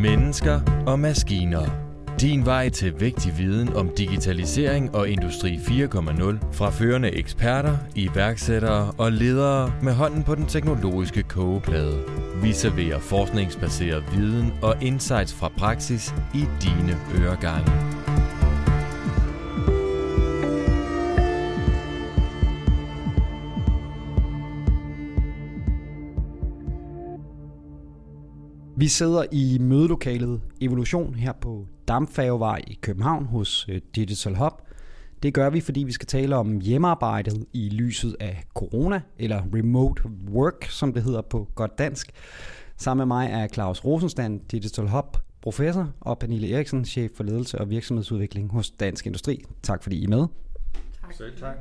Mennesker og maskiner. Din vej til vigtig viden om digitalisering og industri 4.0 fra førende eksperter, iværksættere og ledere med hånden på den teknologiske kogeplade. Vi serverer forskningsbaseret viden og insights fra praksis i dine øregange. Vi sidder i mødelokalet Evolution her på Dampfærgevej i København hos Digital Hub. Det gør vi, fordi vi skal tale om hjemmearbejdet i lyset af corona, eller remote work, som det hedder på godt dansk. Sammen med mig er Claus Rosenstand, Digital Hub professor, og Pernille Eriksen, chef for ledelse og virksomhedsudvikling hos Dansk Industri. Tak fordi I er med. Tak. Selv tak.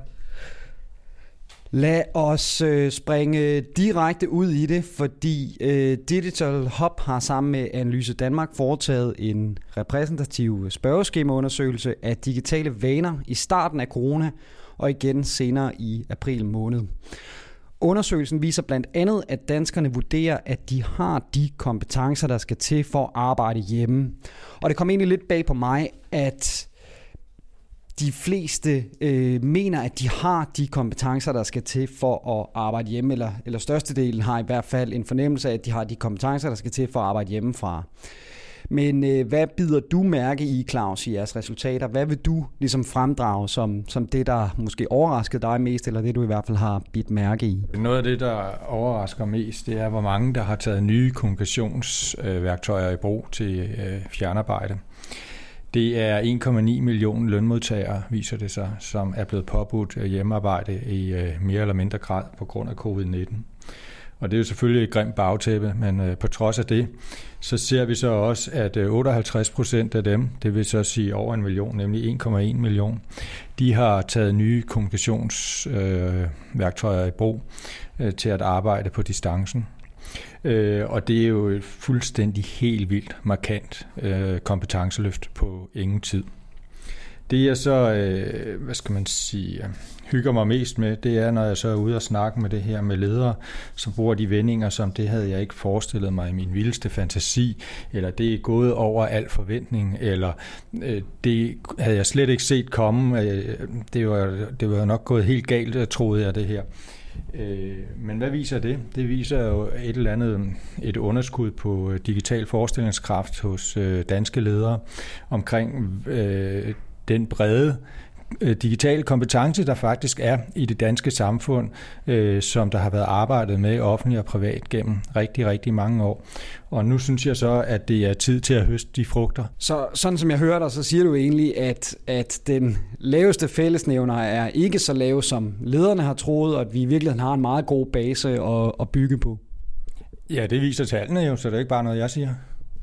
Lad os springe direkte ud i det, fordi Digital Hub har sammen med Analyse Danmark foretaget en repræsentativ spørgeskemaundersøgelse af digitale vaner i starten af corona og igen senere i april måned. Undersøgelsen viser blandt andet, at danskerne vurderer, at de har de kompetencer, der skal til for at arbejde hjemme. Og det kom egentlig lidt bag på mig, at de fleste mener, at de har de kompetencer, der skal til for at arbejde hjemme, eller størstedelen har i hvert fald en fornemmelse af, at de har de kompetencer, der skal til for at arbejde hjemmefra. Men hvad bider du mærke i, Claus, i jeres resultater? Hvad vil du ligesom fremdrage som det, der måske overraskede dig mest, eller det, du i hvert fald har bidt mærke i? Noget af det, der overrasker mest, det er, hvor mange, der har taget nye kommunikationsværktøjer i brug til fjernarbejde. Det er 1,9 millioner lønmodtagere, viser det sig, som er blevet påbudt hjemmearbejde i mere eller mindre grad på grund af covid-19. Og det er jo selvfølgelig et grimt bagtæppe, men på trods af det, så ser vi så også, at 58% af dem, det vil så sige over 1 million, nemlig 1,1 million, de har taget nye kommunikationsværktøjer i brug til at arbejde på distancen. Og det er jo et fuldstændig helt vildt markant kompetenceløft på ingen tid. Det jeg så, hygger mig mest med, det er, når jeg så er ude og snakke med det her med ledere, som bruger de vendinger, som det havde jeg ikke forestillet mig i min vildeste fantasi, eller det er gået over al forventning, eller det havde jeg slet ikke set komme. Det var nok gået helt galt, troede jeg det her. Men hvad viser det? Det viser jo et underskud på digital forestillingskraft hos danske ledere omkring den brede digitale kompetence, der faktisk er i det danske samfund, som der har været arbejdet med offentligt og privat gennem rigtig, rigtig mange år. Og nu synes jeg så, at det er tid til at høste de frugter. Så sådan som jeg hører dig, så siger du egentlig, at den laveste fællesnævner er ikke så lav, som lederne har troet, og at vi i virkeligheden har en meget god base at bygge på. Ja, det viser tallene jo, så det er ikke bare noget, jeg siger.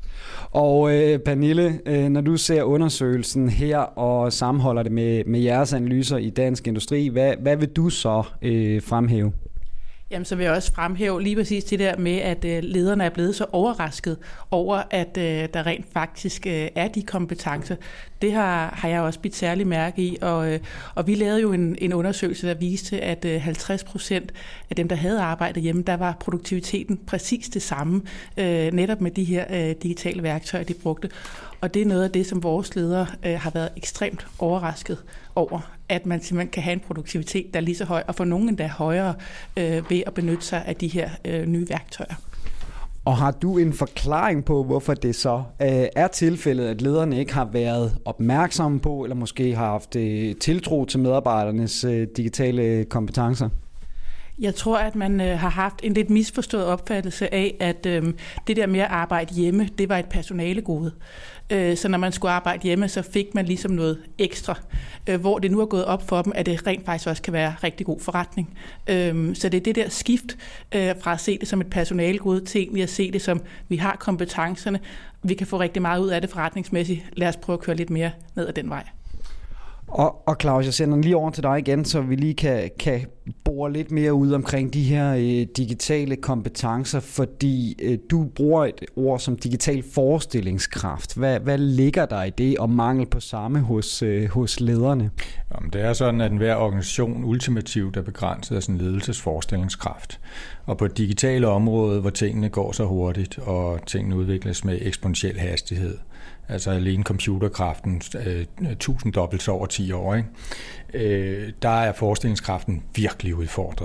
Og Pernille, når du ser undersøgelsen her og sammenholder det med jeres analyser i Dansk Industri, hvad vil du så fremhæve? Jamen, så vil jeg også fremhæve lige præcis det der med, at lederne er blevet så overrasket over, at der rent faktisk er de kompetencer. Det har jeg også bidt særlig mærke i, og vi lavede jo en undersøgelse, der viste, at 50% af dem, der havde arbejdet hjemme, der var produktiviteten præcis det samme, netop med de her digitale værktøjer, de brugte. Og det er noget af det, som vores ledere har været ekstremt overrasket over, at man simpelthen kan have en produktivitet, der er lige så høj, og for nogen endda højere ved at benytte sig af de her nye værktøjer. Og har du en forklaring på, hvorfor det så er tilfældet, at lederne ikke har været opmærksomme på, eller måske har haft tiltro til medarbejdernes digitale kompetencer? Jeg tror, at man har haft en lidt misforstået opfattelse af, at det der med at arbejde hjemme, det var et personalegode. Så når man skulle arbejde hjemme, så fik man ligesom noget ekstra, hvor det nu er gået op for dem, at det rent faktisk også kan være rigtig god forretning. Så det er det der skift fra at se det som et personalegode til egentlig at se det som, vi har kompetencerne, vi kan få rigtig meget ud af det forretningsmæssigt. Lad os prøve at køre lidt mere ned ad den vej. Og Claus, jeg sender lige over til dig igen, så vi lige kan bore lidt mere ud omkring de her digitale kompetencer, fordi du bruger et ord som digital forestillingskraft. Hvad ligger der i det, og mangel på samme hos lederne? Jamen, det er sådan, at enhver organisation ultimativt er begrænset af sin ledelsesforestillingskraft. Og på et digitale område, hvor tingene går så hurtigt, og tingene udvikles med eksponentiel hastighed, altså alene computerkraften 1000-dobbelt over 10 år, ikke? Der er forestillingskraften virkelig udfordret.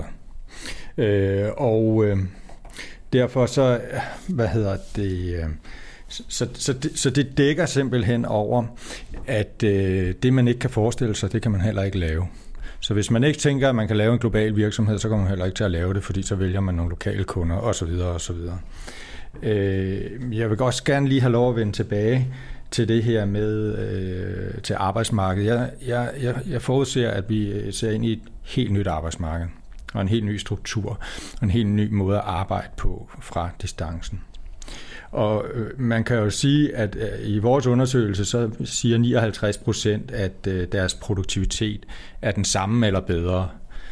Derfor så, så det dækker simpelthen over, at det man ikke kan forestille sig, det kan man heller ikke lave. Så hvis man ikke tænker, at man kan lave en global virksomhed, så kommer man heller ikke til at lave det, fordi så vælger man nogle lokale kunder osv. osv. Jeg vil også gerne lige have lov at vende tilbage til det her med til arbejdsmarkedet. Jeg forudser, at vi ser ind i et helt nyt arbejdsmarked, og en helt ny struktur, og en helt ny måde at arbejde på fra distancen. Og man kan jo sige, at i vores undersøgelse, så siger 59%, at deres produktivitet er den samme eller bedre.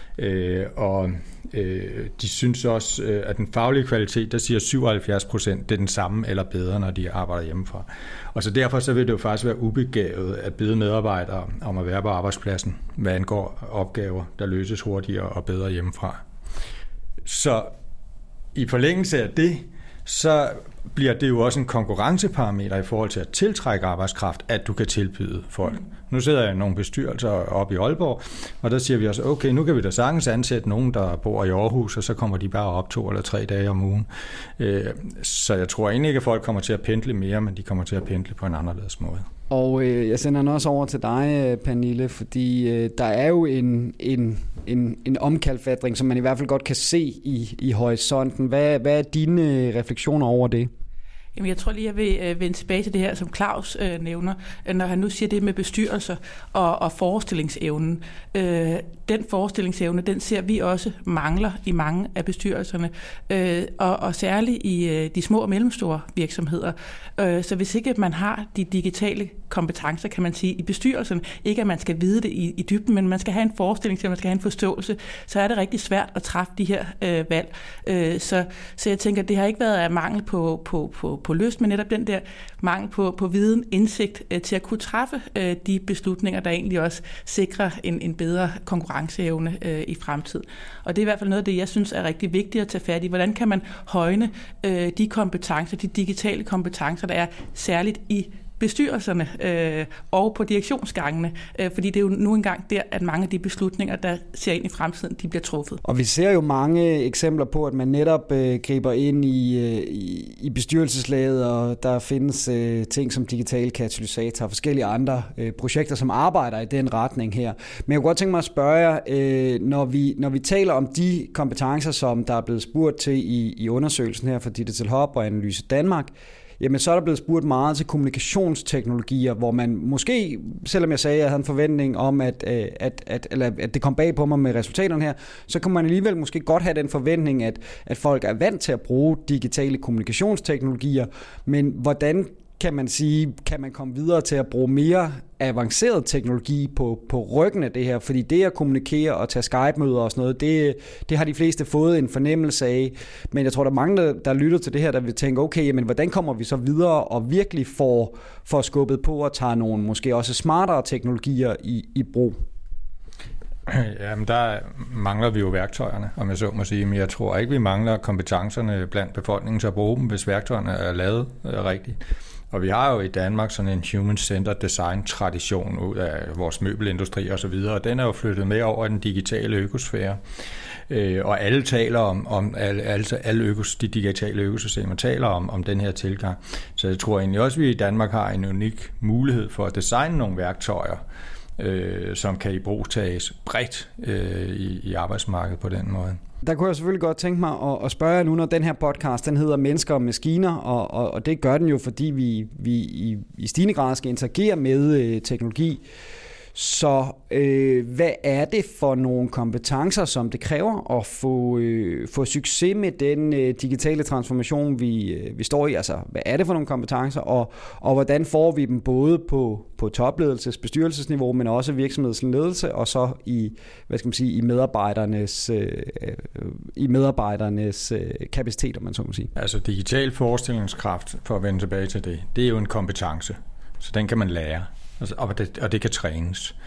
De synes også, at den faglige kvalitet, der siger 77%, det er den samme eller bedre, når de arbejder hjemmefra. Og så derfor så vil det jo faktisk være ubegavet at bede medarbejdere om at være på arbejdspladsen, hvad angår opgaver, der løses hurtigere og bedre hjemmefra. Så i forlængelse af det, så bliver det jo også en konkurrenceparameter i forhold til at tiltrække arbejdskraft, at du kan tilbyde folk. Nu sidder jeg i nogle bestyrelser oppe i Aalborg, og der siger vi også, okay, nu kan vi da sagtens ansætte nogen, der bor i Aarhus, og så kommer de bare op 2 eller 3 dage om ugen. Så jeg tror egentlig ikke, at folk kommer til at pendle mere, men de kommer til at pendle på en anderledes måde. Og jeg sender den også over til dig, Pernille, fordi der er jo en omkalfatring, som man i hvert fald godt kan se i horisonten. Hvad er dine refleksioner over det? Jamen, jeg tror lige, jeg vil vende tilbage til det her, som Claus nævner, når han nu siger det med bestyrelser og forestillingsevnen. Den forestillingsevne, den ser vi også mangler i mange af bestyrelserne, og særligt i de små og mellemstore virksomheder. Så hvis ikke man har de digitale kompetencer, kan man sige, i bestyrelsen, ikke at man skal vide det i dybden, men man skal have en forestilling, man skal have en forståelse, så er det rigtig svært at træffe de her valg. Så jeg tænker, at det har ikke været af mangel på lyst, men netop den der mangel på viden, indsigt til at kunne træffe de beslutninger, der egentlig også sikrer en bedre konkurrenceevne i fremtiden. Og det er i hvert fald noget af det, jeg synes er rigtig vigtigt at tage fat i. Hvordan kan man højne de kompetencer, de digitale kompetencer, der er særligt i bestyrelserne og på direktionsgangene, fordi det er jo nu engang der, at mange af de beslutninger, der ser ind i fremtiden, de bliver truffet. Og vi ser jo mange eksempler på, at man netop griber ind i bestyrelseslaget, og der findes ting som digital katalysator og forskellige andre projekter, som arbejder i den retning her. Men jeg kunne godt tænke mig at spørge jer, når vi taler om de kompetencer, som der er blevet spurgt til i undersøgelsen her fra Digital Hub og Analyse Danmark, jamen så er der blevet spurgt meget til kommunikationsteknologier, hvor man måske, selvom jeg sagde, at jeg havde en forventning om, at det kom bag på mig med resultaterne her, så kan man alligevel måske godt have den forventning, at folk er vant til at bruge digitale kommunikationsteknologier, men hvordan kan man sige, kan man komme videre til at bruge mere avanceret teknologi på ryggen af det her? Fordi det at kommunikere og tage Skype-møder og sådan noget, det har de fleste fået en fornemmelse af. Men jeg tror, der er mange, der lytter til det her, der vil tænke, okay, men hvordan kommer vi så videre og virkelig får skubbet på og tager nogle måske også smartere teknologier i brug? Jamen, der mangler vi jo værktøjerne, om jeg så må sige, men jeg tror ikke, vi mangler kompetencerne blandt befolkningen til at bruge dem, hvis værktøjerne er lavet rigtigt. Og vi har jo i Danmark sådan en human-centered design-tradition ud af vores møbelindustri og så videre, og den er jo flyttet med over i den digitale økosfære. Og alle taler om de digitale økosystemer taler om den her tilgang. Så jeg tror egentlig også, at vi i Danmark har en unik mulighed for at designe nogle værktøjer, som kan ibrugtages bredt i arbejdsmarkedet på den måde. Der kunne jeg selvfølgelig godt tænke mig at spørge jer nu, når den her podcast, den hedder Mennesker og Maskiner, og det gør den jo, fordi vi i stigende grad skal interagere med teknologi. Så hvad er det for nogle kompetencer, som det kræver at få succes med den digitale transformation, vi står i? Altså, hvad er det for nogle kompetencer, og hvordan får vi dem både på topledelses, bestyrelsesniveau, men også virksomhedsledelse, og så i, i medarbejdernes kapacitet, om man så må sige? Altså digital forestillingskraft, for at vende tilbage til det er jo en kompetence, så den kan man lære. Og det kan trænes.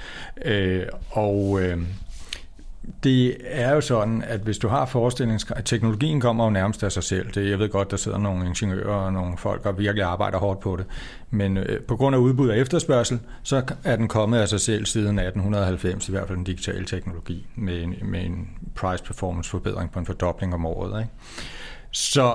Det er jo sådan, at hvis du har forestillingskraft, teknologien kommer jo nærmest af sig selv. Jeg ved godt, der sidder nogle ingeniører og nogle folk, der virkelig arbejder hårdt på det. Men på grund af udbud og efterspørgsel, så er den kommet af sig selv siden 1890, i hvert fald den digitale teknologi, med en price-performance-forbedring på en fordobling om året, ikke? Så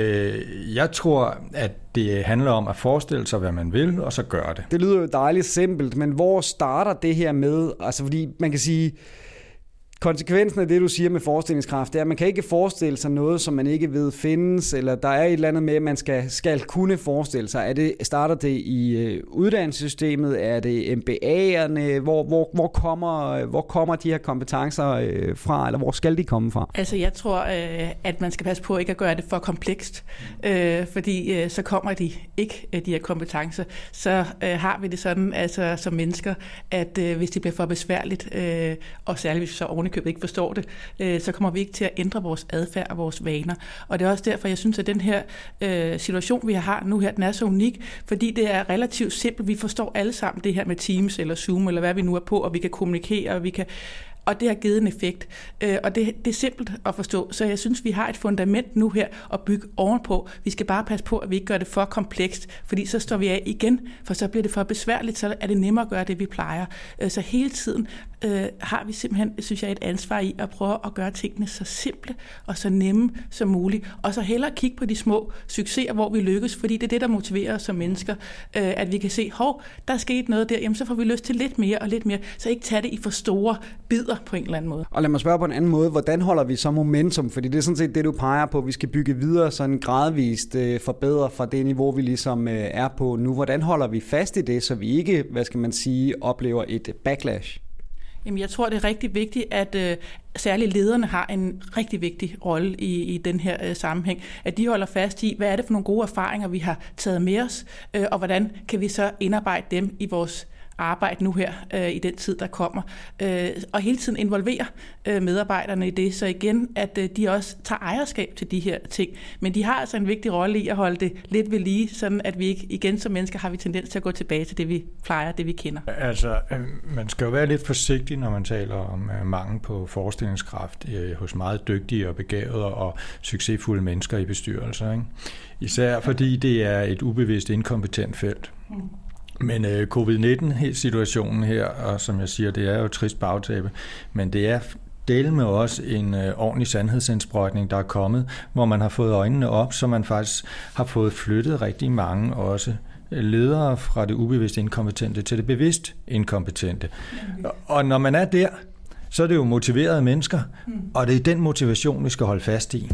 jeg tror, at det handler om at forestille sig, hvad man vil, og så gøre det. Det lyder jo dejligt simpelt, men hvor starter det her med? Altså fordi man kan sige, konsekvensen af det, du siger med forestillingskraft, det er, at man kan ikke forestille sig noget, som man ikke ved findes, eller der er et eller andet med, at man skal kunne forestille sig. Starter det i uddannelsessystemet? Er det MBA'erne? Hvor kommer de her kompetencer fra, eller hvor skal de komme fra? Altså, jeg tror, at man skal passe på ikke at gøre det for komplekst, fordi så kommer de ikke, de her kompetencer. Så har vi det sådan, altså som mennesker, at hvis det bliver for besværligt, og særligt hvis vi så ovenikøbet ikke forstår det, så kommer vi ikke til at ændre vores adfærd og vores vaner. Og det er også derfor, jeg synes, at den her situation, vi har nu her, den er så unik, fordi det er relativt simpelt. Vi forstår alle sammen det her med Teams eller Zoom, eller hvad vi nu er på, og vi kan kommunikere, og det har givet en effekt. Og det er simpelt at forstå, så jeg synes, vi har et fundament nu her at bygge ovenpå. Vi skal bare passe på, at vi ikke gør det for komplekst, fordi så står vi af igen, for så bliver det for besværligt, så er det nemmere at gøre det, vi plejer. Så hele tiden har vi simpelthen, synes jeg, et ansvar i at prøve at gøre tingene så simple og så nemme som muligt, og så hellere kigge på de små succeser, hvor vi lykkes, fordi det er det, der motiverer os som mennesker, at vi kan se, der er sket noget der, jamen så får vi lyst til lidt mere og lidt mere, så ikke tage det i for store bidder på en eller anden måde. Og lad mig spørge på en anden måde, hvordan holder vi så momentum? Fordi det er sådan set det, du peger på, vi skal bygge videre sådan gradvist forbedre fra det niveau, vi ligesom er på nu. Hvordan holder vi fast i det, så vi ikke, oplever et backlash? Jamen, jeg tror, det er rigtig vigtigt, at særligt lederne har en rigtig vigtig rolle i den her sammenhæng. At de holder fast i, hvad er det for nogle gode erfaringer, vi har taget med os, og hvordan kan vi så indarbejde dem i vores arbejde nu her i den tid, der kommer, og hele tiden involvere medarbejderne i det, så igen, at de også tager ejerskab til de her ting. Men de har altså en vigtig rolle i at holde det lidt ved lige, sådan at vi ikke igen som mennesker har vi tendens til at gå tilbage til det, vi plejer, det vi kender. Altså, man skal jo være lidt forsigtig, når man taler om mangel på forestillingskraft hos meget dygtige og begavede og succesfulde mennesker i bestyrelser, ikke? Især fordi det er et ubevidst inkompetent felt. Men covid-19-situationen her, og som jeg siger, det er jo trist bagtæppe, men det er dele med også en ordentlig sandhedsindsprøjtning, der er kommet, hvor man har fået øjnene op, så man faktisk har fået flyttet rigtig mange også ledere fra det ubevidst inkompetente til det bevidst inkompetente. Og når man er der, så er det jo motiverede mennesker, og det er den motivation, vi skal holde fast i.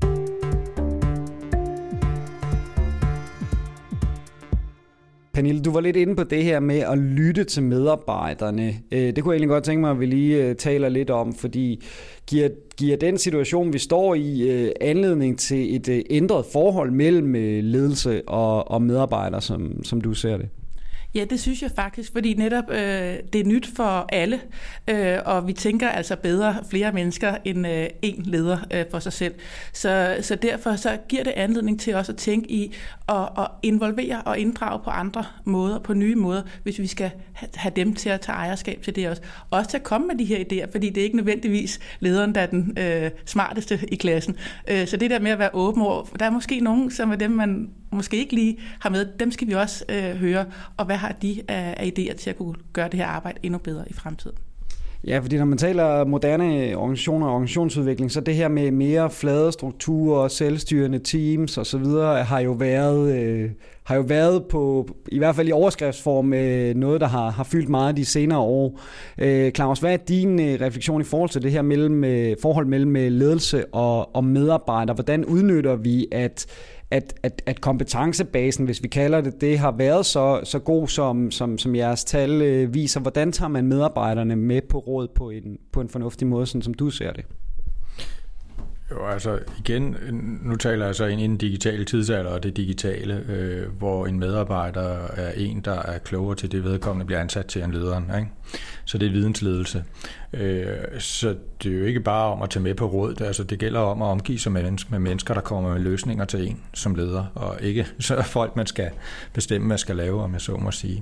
Pernille, du var lidt inde på det her med at lytte til medarbejderne. Det kunne jeg egentlig godt tænke mig, at vi lige taler lidt om, fordi giver den situation, vi står i, anledning til et ændret forhold mellem ledelse og medarbejdere, som du ser det? Ja, det synes jeg faktisk, fordi netop det er nyt for alle, og vi tænker altså bedre flere mennesker end én leder for sig selv. Så derfor så giver det anledning til også at tænke i at involvere og inddrage på andre måder, på nye måder, hvis vi skal have dem til at tage ejerskab til det også. Også til at komme med de her idéer, fordi det er ikke nødvendigvis lederen, der er den smarteste i klassen. Så det der med at være åben over, der er måske nogen, som er dem, man måske ikke lige har med, dem skal vi også høre, og hvad har de af idéer til at kunne gøre det her arbejde endnu bedre i fremtiden? Ja, fordi når man taler moderne organisationer og organisationsudvikling, så det her med mere flade strukturer, selvstyrende teams osv. har jo været på, i hvert fald i overskriftsform, noget, der har fyldt meget de senere år. Claus, hvad er din refleksion i forhold til det her forhold mellem ledelse og medarbejder? Hvordan udnytter vi, at kompetencebasen, hvis vi kalder det, har været så god, som jeres tal viser. Hvordan tager man medarbejderne med på råd på en fornuftig måde, sådan som du ser det? Jo, altså igen, nu taler jeg så ind i den digitale tidsalder og det digitale, hvor en medarbejder er en, der er klogere til det vedkommende bliver ansat til en lederen, ikke? Så det er vidensledelse. Så det er jo ikke bare om at tage med på råd, altså det gælder om at omgive sig med mennesker, der kommer med løsninger til en som leder, og ikke så folk, man skal bestemme, hvad skal lave, om jeg så må sige.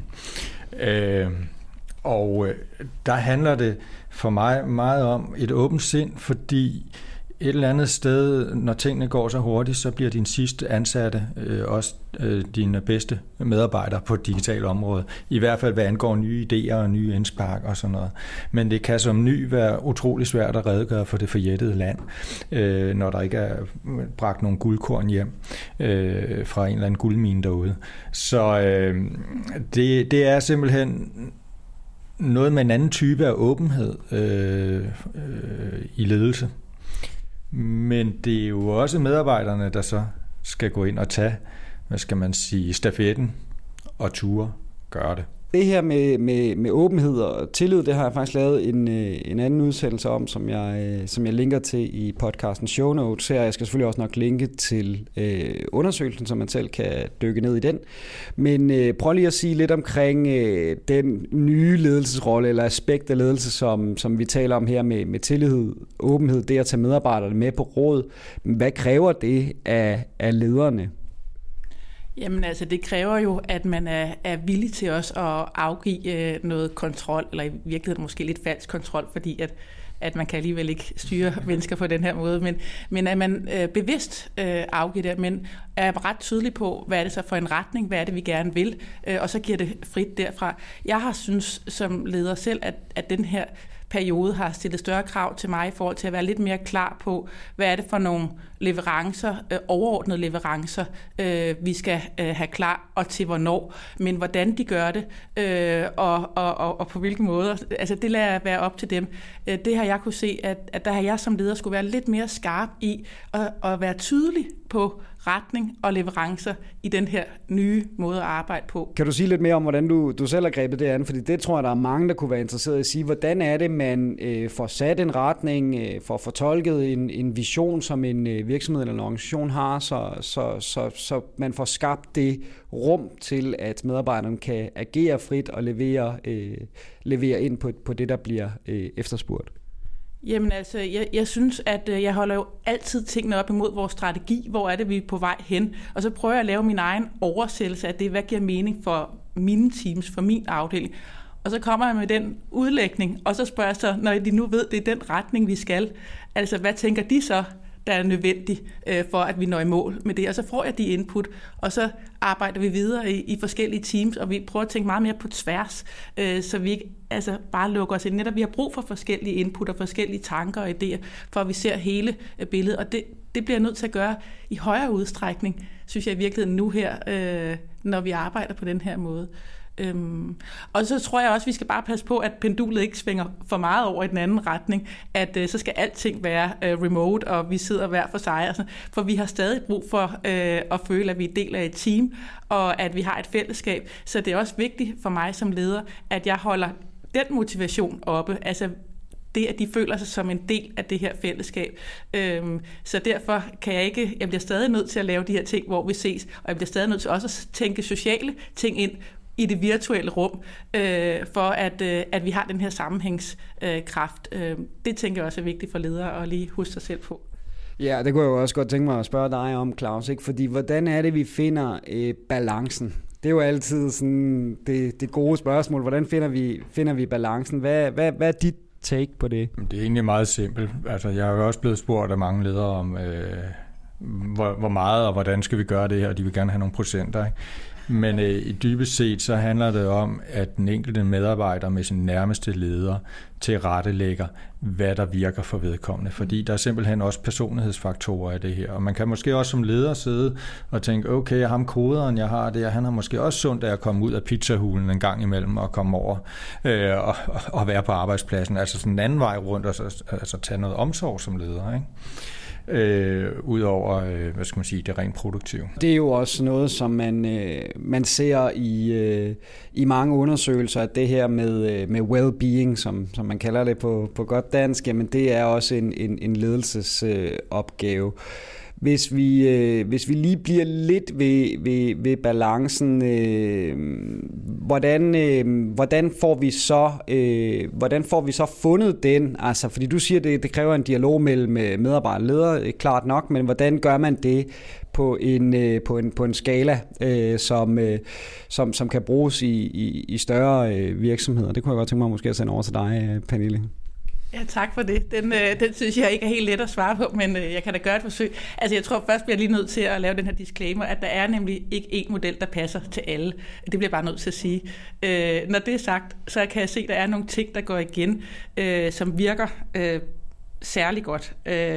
Og der handler det for mig meget om et åbent sind, fordi et eller andet sted, når tingene går så hurtigt, så bliver din sidste ansatte også dine bedste medarbejdere på et digitalt område. I hvert fald, hvad angår nye idéer og nye indspark og sådan noget. Men det kan som ny være utrolig svært at redegøre for det forjættede land, når der ikke er bragt nogle guldkorn hjem fra en eller anden guldmine derude. Så det er simpelthen noget med en anden type af åbenhed i ledelse. Men det er jo også medarbejderne, der så skal gå ind og tage, stafetten og ture gøre det. Det her med åbenhed og tillid, det har jeg faktisk lavet en anden udsendelse om, som jeg linker til i podcasten Show Notes. Jeg skal selvfølgelig også nok linke til undersøgelsen, så man selv kan dykke ned i den. Men prøv lige at sige lidt omkring den nye ledelsesrolle eller aspekt af ledelse, som vi taler om her med tillid, åbenhed, det at tage medarbejderne med på råd. Hvad kræver det af lederne? Jamen altså, det kræver jo, at man er villig til også at afgive noget kontrol, eller i virkeligheden måske lidt falsk kontrol, fordi at man kan alligevel ikke styre mennesker på den her måde, men at man bevidst afgiver det, men er ret tydelig på, hvad er det så for en retning, hvad er det, vi gerne vil, og så giver det frit derfra. Jeg har synes som leder selv, at den her periode har stillet større krav til mig i forhold til at være lidt mere klar på, hvad er det for nogle leverancer, overordnede leverancer, vi skal have klar, og til hvornår, men hvordan de gør det, og på hvilke måder. Altså det lader jeg være op til dem. Det har jeg kunne se, at der har jeg som leder skulle være lidt mere skarp i at være tydelig på retning og leverancer i den her nye måde at arbejde på. Kan du sige lidt mere om, hvordan du selv har grebet det an? Fordi det tror jeg, der er mange, der kunne være interesseret i at sige, hvordan er det, man får sat en retning, får fortolket en vision, som en virksomhed eller en organisation har, så man får skabt det rum til, at medarbejderne kan agere frit og levere ind på det, der bliver efterspurgt. Jamen altså, jeg synes, at jeg holder jo altid tingene op imod vores strategi. Hvor er det, vi er på vej hen? Og så prøver jeg at lave min egen oversættelse af det, hvad giver mening for mine teams, for min afdeling. Og så kommer jeg med den udlægning, og så spørger jeg så, når de nu ved, det er den retning, vi skal. Altså, hvad tænker de så, der er nødvendigt for, at vi når i mål med det? Og så får jeg de input, og så arbejder vi videre i forskellige teams, og vi prøver at tænke meget mere på tværs, så vi ikke bare lukker os ind. Netop vi har brug for forskellige input og forskellige tanker og idéer, for at vi ser hele billedet, og det bliver jeg nødt til at gøre i højere udstrækning, synes jeg i virkeligheden nu her, når vi arbejder på den her måde. Og så tror jeg også, at vi skal bare passe på, at pendulet ikke svinger for meget over i den anden retning, at så skal alting være remote, og vi sidder hver for sig. Altså, for vi har stadig brug for at føle, at vi er del af et team, og at vi har et fællesskab. Så det er også vigtigt for mig som leder, at jeg holder den motivation oppe, altså det, at de føler sig som en del af det her fællesskab. Så derfor kan jeg bliver stadig nødt til at lave de her ting, hvor vi ses, og jeg bliver stadig nødt til også at tænke sociale ting ind i det virtuelle rum, for at vi har den her sammenhængskraft. Det tænker jeg også er vigtigt for ledere at lige huske sig selv på. Ja, det kunne jeg jo også godt tænke mig at spørge dig om, Claus, ikke? Fordi hvordan er det, vi finder balancen? Det er jo altid sådan det gode spørgsmål. Hvordan finder vi balancen? Hvad er dit take på det? Det er egentlig meget simpelt. Altså, jeg har jo også blevet spurgt af mange ledere om, hvor meget og hvordan skal vi gøre det her, og de vil gerne have nogle procenter, ikke? Men i dybest set så handler det om, at den enkelte medarbejder med sin nærmeste leder tilrettelægger, hvad der virker for vedkommende. Fordi der er simpelthen også personlighedsfaktorer i det her. Og man kan måske også som leder sidde og tænke, okay, ham koderen, jeg har det, han har måske også sundt af at komme ud af pizzahulen en gang imellem og komme over og være på arbejdspladsen. Altså sådan en anden vej rundt og altså tage noget omsorg som leder, ikke? ud over, hvad skal man sige, det rent produktive. Det er jo også noget, som man ser i mange undersøgelser, at det her med well-being, som man kalder det på godt dansk, jamen det er også en ledelsesopgave. Hvis vi lige bliver lidt ved balancen, hvordan får vi så fundet den? Altså, fordi du siger, det kræver en dialog mellem medarbejder og leder, klart nok, men hvordan gør man det på en skala, som kan bruges i større virksomheder? Det kunne jeg godt tænke mig måske at sende over til dig, Pernille. Ja, tak for det. Den synes jeg ikke er helt let at svare på, men jeg kan da gøre et forsøg. Altså jeg tror først bliver jeg lige nødt til at lave den her disclaimer, at der er nemlig ikke én model, der passer til alle. Det bliver jeg bare nødt til at sige. Når det er sagt, så kan jeg se, at der er nogle ting, der går igen, som virker særlig godt.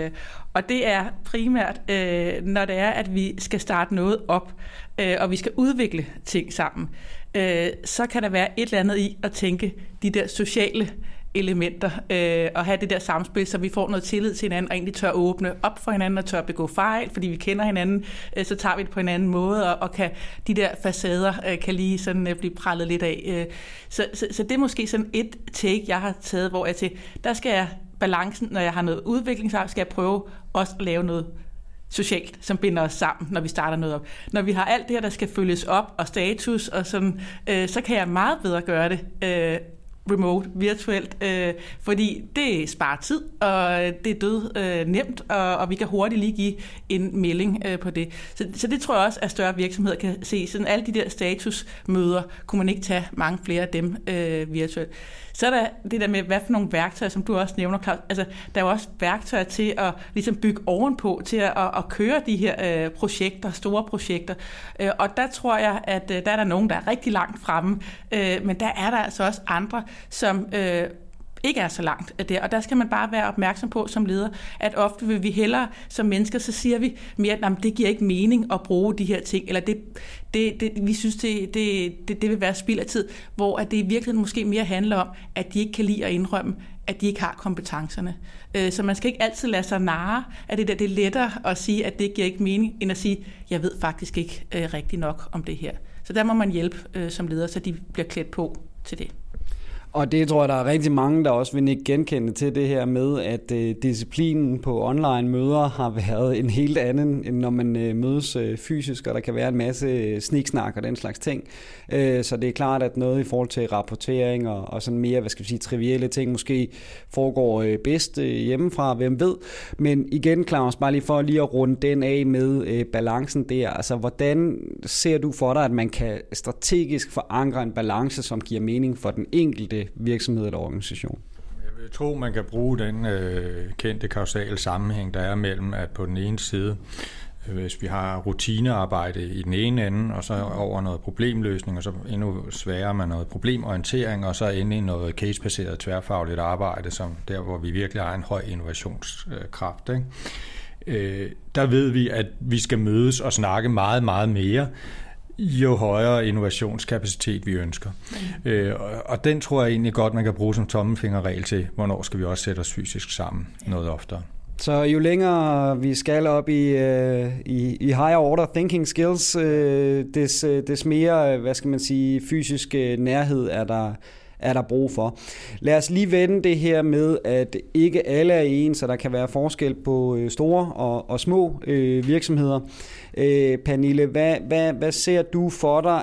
Og det er primært, når det er, at vi skal starte noget op, og vi skal udvikle ting sammen. Så kan der være et eller andet i at tænke de der sociale elementer, og have det der samspil, så vi får noget tillid til hinanden, og egentlig tør åbne op for hinanden, og tør begå fejl, fordi vi kender hinanden, så tager vi det på en anden måde, og kan de der facader kan lige sådan blive prallet lidt af. Så det er måske sådan et take, jeg har taget, hvor jeg til, der skal jeg balancen, når jeg har noget udvikling, så skal jeg prøve også at lave noget socialt, som binder os sammen, når vi starter noget op. Når vi har alt det her, der skal følges op, og status, og sådan, så kan jeg meget bedre gøre det remote, virtuelt, fordi det sparer tid, og det er død nemt, og vi kan hurtigt lige give en melding på det. Så det tror jeg også, at større virksomheder kan se. Sådan alle de der statusmøder, kunne man ikke tage mange flere af dem virtuelt. Så er der det der med, hvad for nogle værktøjer, som du også nævner, Claus. Altså, der er jo også værktøjer til at ligesom bygge ovenpå, til at køre de her projekter, store projekter. Og der tror jeg, at der er der nogen, der er rigtig langt fremme, men der er der altså også andre, som ikke er så langt der. Og der skal man bare være opmærksom på som leder, at ofte vil vi hellere som mennesker, så siger vi mere, at det giver ikke mening at bruge de her ting, eller vi synes, det vil være spild af tid, hvor at det i virkeligheden måske mere handler om, at de ikke kan lide at indrømme, at de ikke har kompetencerne. Så man skal ikke altid lade sig narre, at det er lettere at sige, at det giver ikke mening, end at sige, jeg ved faktisk ikke rigtig nok om det her. Så der må man hjælpe som leder, så de bliver klædt på til det. Og det tror jeg, der er rigtig mange, der også vil ikke genkende til det her med, at disciplinen på online møder har været en helt anden, end når man mødes fysisk, og der kan være en masse sniksnak og den slags ting. Så det er klart, at noget i forhold til rapportering og sådan mere, hvad skal vi sige, trivielle ting måske foregår bedst hjemmefra, hvem ved. Men igen, Claus, bare lige for lige at runde den af med balancen der. Altså, hvordan ser du for dig, at man kan strategisk forankre en balance, som giver mening for den enkelte virksomhed eller organisation? Jeg vil tro, man kan bruge den kendte kausale sammenhæng, der er mellem, at på den ene side, hvis vi har rutinearbejde i den ene ende, og så over noget problemløsning, og så endnu sværere med noget problemorientering, og så endelig noget casebaseret tværfagligt arbejde, som der, hvor vi virkelig har en høj innovationskraft. Ikke? Der ved vi, at vi skal mødes og snakke meget, meget mere, jo højere innovationskapacitet vi ønsker. Og den tror jeg egentlig godt, man kan bruge som tommelfingerregel til, hvornår skal vi også sætte os fysisk sammen noget oftere. Så jo længere vi skal op i higher order thinking skills, des mere, hvad skal man sige, fysisk nærhed er der brug for. Lad os lige vende det her med, at ikke alle er ens, så der kan være forskel på store og små virksomheder. Pernille, hvad ser du for dig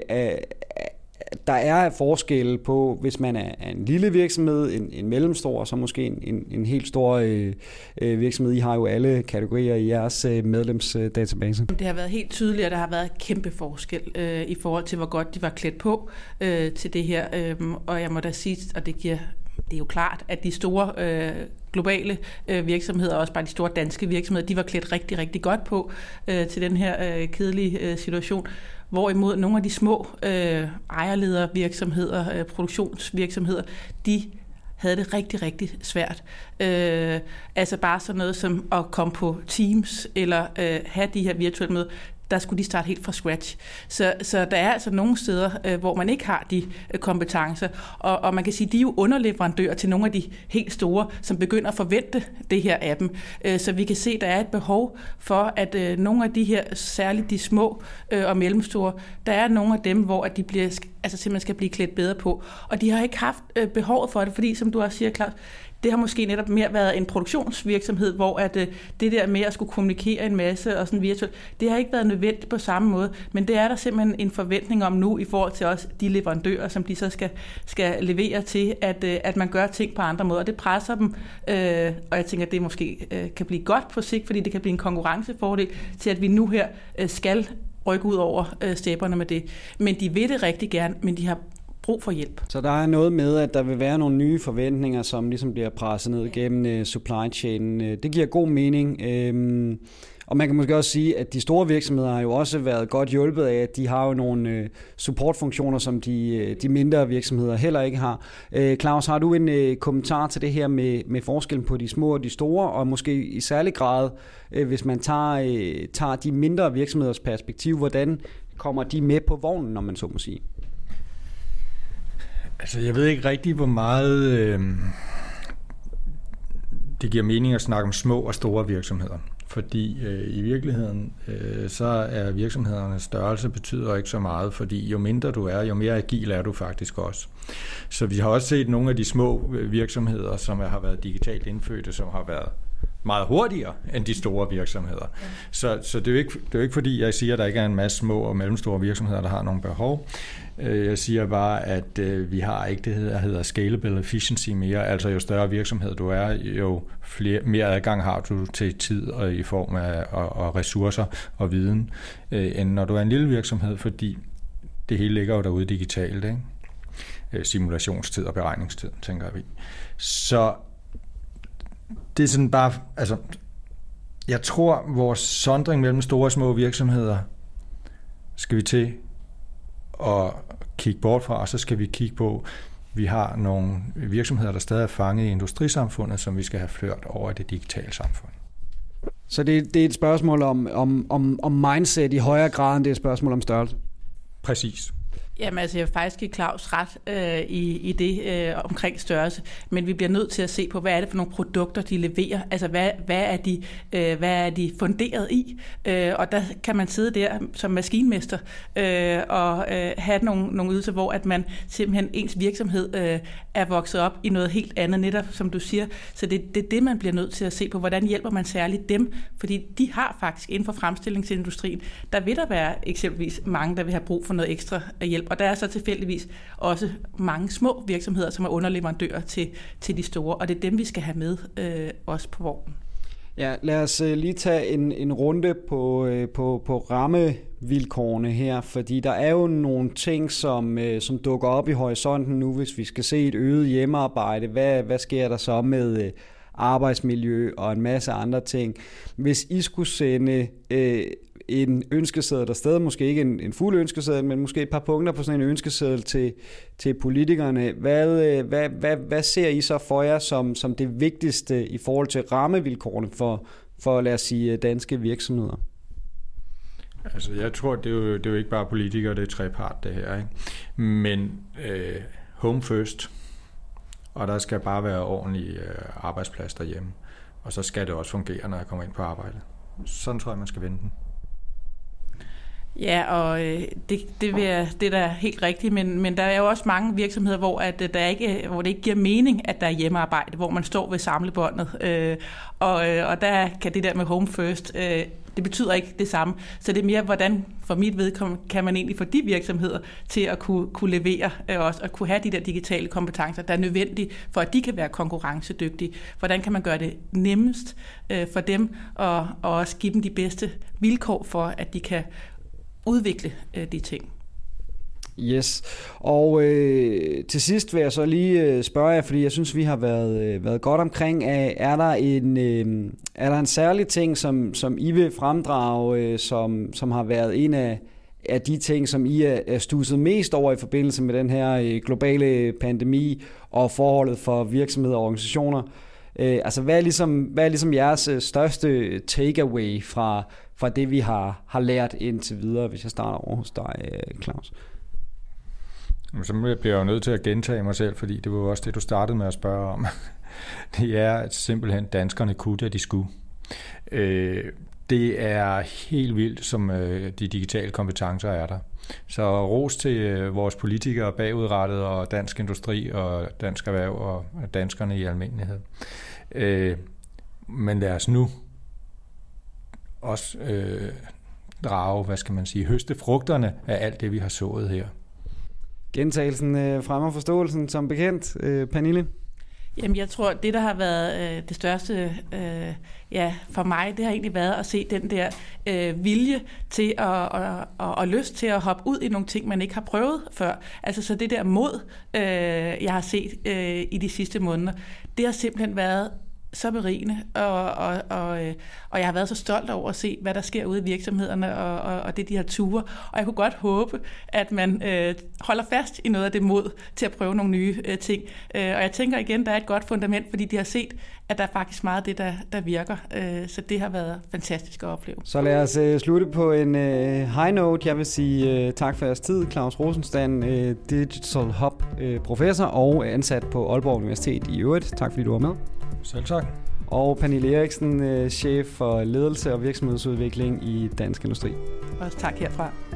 der er forskel på, hvis man er en lille virksomhed, en mellemstor, og så måske en helt stor virksomhed. I har jo alle kategorier i jeres medlemsdatabase. Det har været helt tydeligt, at der har været kæmpe forskel i forhold til, hvor godt de var klædt på til det her. Og jeg må da sige, og det er jo klart, at de store globale virksomheder, også bare de store danske virksomheder, de var klædt rigtig, rigtig godt på til den her kedelige situation. Hvorimod nogle af de små ejerledervirksomheder, produktionsvirksomheder, de havde det rigtig, rigtig svært. Altså bare sådan noget som at komme på Teams eller have de her virtuelle møder, der skulle de starte helt fra scratch. Så der er altså nogle steder, hvor man ikke har de kompetencer, og man kan sige, de er jo underleverandører til nogle af de helt store, som begynder at forvente det her af dem. Så vi kan se, at der er et behov for, at nogle af de her, særligt de små og mellemstore, der er nogle af dem, hvor at de bliver, altså simpelthen skal blive klædt bedre på. Og de har ikke haft behovet for det, fordi som du også siger, Claus, det har måske netop mere været en produktionsvirksomhed, hvor at det der med at skulle kommunikere en masse og sådan virtuelt, det har ikke været nødvendigt på samme måde, men det er der simpelthen en forventning om nu i forhold til også de leverandører, som de så skal levere til, at man gør ting på andre måder. Og det presser dem, og jeg tænker, at det måske kan blive godt på sigt, fordi det kan blive en konkurrencefordel til, at vi nu her skal rykke ud over stepperne med det. Men de vil det rigtig gerne, men de har brug for hjælp. Så der er noget med, at der vil være nogle nye forventninger, som ligesom bliver presset ned gennem supply chain. Det giver god mening. Og man kan måske også sige, at de store virksomheder har jo også været godt hjulpet af, at de har jo nogle supportfunktioner, som de mindre virksomheder heller ikke har. Claus, har du en kommentar til det her med forskellen på de små og de store, og måske i særlig grad, hvis man tager de mindre virksomheders perspektiv, hvordan kommer de med på vognen, når man så må sige? Altså, jeg ved ikke rigtig, hvor meget det giver mening at snakke om små og store virksomheder. Fordi i virkeligheden, så er virksomhedernes størrelse betyder ikke så meget, fordi jo mindre du er, jo mere agil er du faktisk også. Så vi har også set nogle af de små virksomheder, som har været digitalt indfødte, som har været meget hurtigere end de store virksomheder. Så det er jo ikke fordi, jeg siger, at der ikke er en masse små og mellemstore virksomheder, der har nogle behov. Jeg siger bare, at vi har ikke det, der hedder scalable efficiency mere. Altså jo større virksomhed du er, jo mere adgang har du til tid og i form af og ressourcer og viden, end når du er en lille virksomhed, fordi det hele ligger jo derude digitalt, ikke? Simulationstid og beregningstid, tænker vi. Så det er sådan bare, altså, jeg tror, vores sondring mellem store og små virksomheder skal vi til at kigge bort fra, og så skal vi kigge på, vi har nogle virksomheder, der stadig er fanget i industrisamfundet, som vi skal have ført over i det digitale samfund. Så det er et spørgsmål om mindset i højere grad, end det er et spørgsmål om størrelse? Præcis. Jamen altså, jeg vil faktisk give Claus ret i det omkring størrelse, men vi bliver nødt til at se på, hvad er det for nogle produkter, de leverer, altså hvad er de funderet i, og der kan man sidde der som maskinmester og have nogle ydelser, hvor at man simpelthen, ens virksomhed er vokset op i noget helt andet, netop som du siger, så det er det, man bliver nødt til at se på, hvordan hjælper man særligt dem, fordi de har faktisk inden for fremstillingsindustrien, der vil der være eksempelvis mange, der vil have brug for noget ekstra hjælp. Og der er så tilfældigvis også mange små virksomheder, som er underleverandører til de store, og det er dem, vi skal have med også på vognen. Ja, lad os lige tage en runde på rammevilkårene her, fordi der er jo nogle ting, som dukker op i horisonten nu, hvis vi skal se et øget hjemmearbejde. Hvad sker der så med arbejdsmiljø og en masse andre ting? Hvis I skulle sende en ønskeseddel afsted, måske ikke en fuld ønskeseddel, men måske et par punkter på sådan en ønskeseddel til politikerne. Hvad ser I så for jer som det vigtigste i forhold til rammevilkårene for lad os sige, danske virksomheder? Altså, jeg tror, det er jo ikke bare politikere, det er trepart, det her, ikke? Men home first, og der skal bare være ordentlig arbejdsplads derhjemme, og så skal det også fungere, når jeg kommer ind på arbejde. Sådan tror jeg, man skal vende den. Ja, og det er da helt rigtigt, men der er jo også mange virksomheder, hvor det ikke giver mening, at der er hjemmearbejde, hvor man står ved samlebåndet, og der kan det der med home first, det betyder ikke det samme. Så det er mere, hvordan for mit vedkommende kan man egentlig få de virksomheder til at kunne levere også, og kunne have de der digitale kompetencer, der er nødvendige for, at de kan være konkurrencedygtige. Hvordan kan man gøre det nemmest for dem, og også give dem de bedste vilkår for, at de kan udvikle de ting. Yes, og til sidst vil jeg så lige spørge jer, fordi jeg synes, vi har været godt omkring, er der en særlig ting, som I vil fremdrage, som har været en af de ting, som I er studset mest over i forbindelse med den her globale pandemi og forholdet for virksomheder og organisationer Altså, hvad er ligesom jeres største takeaway fra det, vi har lært indtil videre, hvis jeg starter over hos dig, Claus? Så bliver jeg jo nødt til at gentage mig selv, fordi det var jo også det, du startede med at spørge om. Det er at simpelthen, danskerne kunne, da de skulle. Det er helt vildt, som de digitale kompetencer er der. Så ros til vores politikere bagudrettet og dansk industri og dansk erhverv og danskerne i almindelighed. Men lad os nu også drage, høste frugterne af alt det, vi har sået her. Gentagelsen fremmer forståelsen, som bekendt. Pernille? Jamen, jeg tror, det, der har været det største for mig, det har egentlig været at se den der vilje til og lyst til at hoppe ud i nogle ting, man ikke har prøvet før. Altså, så det der mod, jeg har set i de sidste måneder, det har simpelthen været så berigende, og jeg har været så stolt over at se, hvad der sker ude i virksomhederne, og det, de har ture. Og jeg kunne godt håbe, at man holder fast i noget af det mod til at prøve nogle nye ting. Og jeg tænker igen, der er et godt fundament, fordi de har set, at der er faktisk meget af det, der virker. Så det har været fantastisk at opleve. Så lad os slutte på en high note. Jeg vil sige tak for jeres tid. Claus Rosenstand, Digital Hub professor og ansat på Aalborg Universitet i øvrigt. Tak fordi du var med. Selv tak. Og Pernille Eriksen, chef for ledelse og virksomhedsudvikling i Dansk Industri. Også tak herfra.